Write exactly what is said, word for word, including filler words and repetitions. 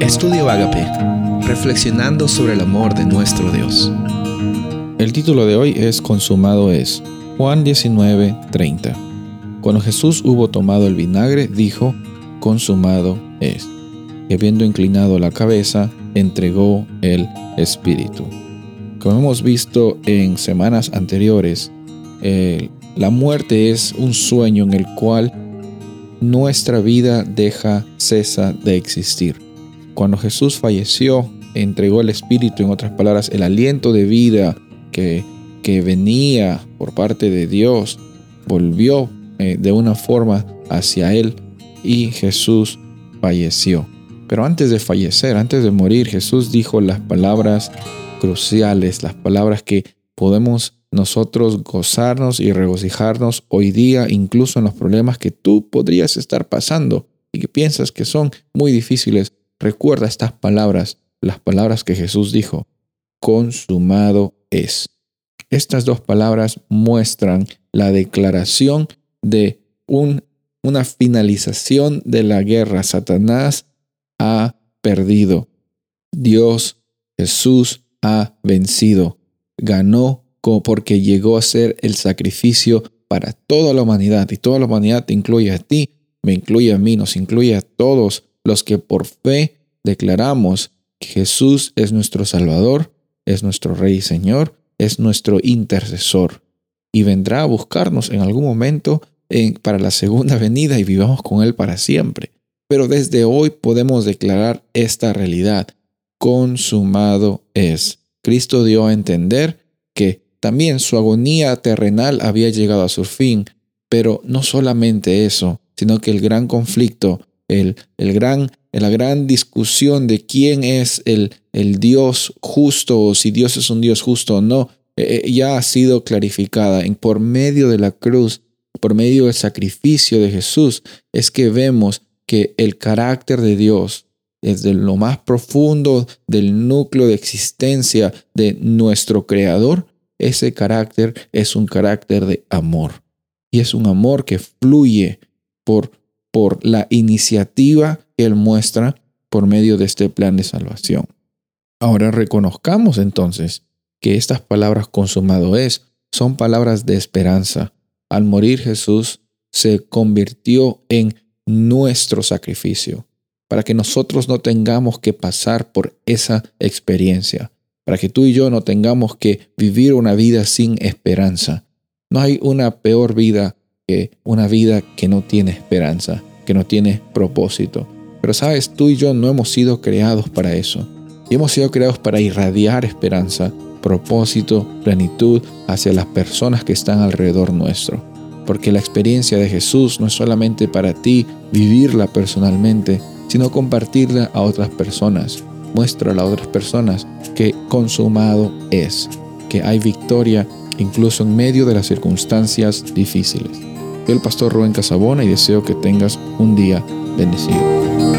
Estudio Ágape, reflexionando sobre el amor de nuestro Dios. El título de hoy es Consumado es. Juan diecinueve, treinta. Cuando Jesús hubo tomado el vinagre, dijo, consumado es. Y habiendo inclinado la cabeza, entregó el Espíritu. Como hemos visto en semanas anteriores, eh, la muerte es un sueño en el cual nuestra vida deja, cesa de existir. Cuando Jesús falleció, entregó el Espíritu, en otras palabras, el aliento de vida que, que venía por parte de Dios, volvió eh, de una forma hacia Él y Jesús falleció. Pero antes de fallecer, antes de morir, Jesús dijo las palabras cruciales, las palabras que podemos nosotros gozarnos y regocijarnos hoy día, incluso en los problemas que tú podrías estar pasando y que piensas que son muy difíciles. Recuerda estas palabras, las palabras que Jesús dijo, consumado es. Estas dos palabras muestran la declaración de un, una finalización de la guerra. Satanás ha perdido. Dios, Jesús, ha vencido. Ganó porque llegó a ser el sacrificio para toda la humanidad. Y toda la humanidad te incluye a ti, me incluye a mí, nos incluye a todos los que por fe declaramos que Jesús es nuestro Salvador, es nuestro Rey y Señor, es nuestro intercesor. Y vendrá a buscarnos en algún momento en, para la segunda venida y vivamos con Él para siempre. Pero desde hoy podemos declarar esta realidad. Consumado es. Cristo dio a entender que también su agonía terrenal había llegado a su fin. Pero no solamente eso, sino que el gran conflicto, el, el gran, la gran discusión de quién es el, el Dios justo o si Dios es un Dios justo o no, eh, ya ha sido clarificada. En, por medio de la cruz, por medio del sacrificio de Jesús, es que vemos que el carácter de Dios, desde lo más profundo del núcleo de existencia de nuestro Creador, ese carácter es un carácter de amor. Y es un amor que fluye por, por la iniciativa que Él muestra por medio de este plan de salvación. Ahora reconozcamos entonces que estas palabras consumado es, son palabras de esperanza. Al morir Jesús se convirtió en nuestro sacrificio, para que nosotros no tengamos que pasar por esa experiencia, para que tú y yo no tengamos que vivir una vida sin esperanza. No hay una peor vida que una vida que no tiene esperanza, que no tiene propósito. Pero sabes, tú y yo no hemos sido creados para eso. Y hemos sido creados para irradiar esperanza, propósito, plenitud hacia las personas que están alrededor nuestro. Porque la experiencia de Jesús no es solamente para ti vivirla personalmente, sino compartirla a otras personas. Muéstrala a otras personas que consumado es, que hay victoria incluso en medio de las circunstancias difíciles. Soy el pastor Rubén Casabona y deseo que tengas un día bendecido.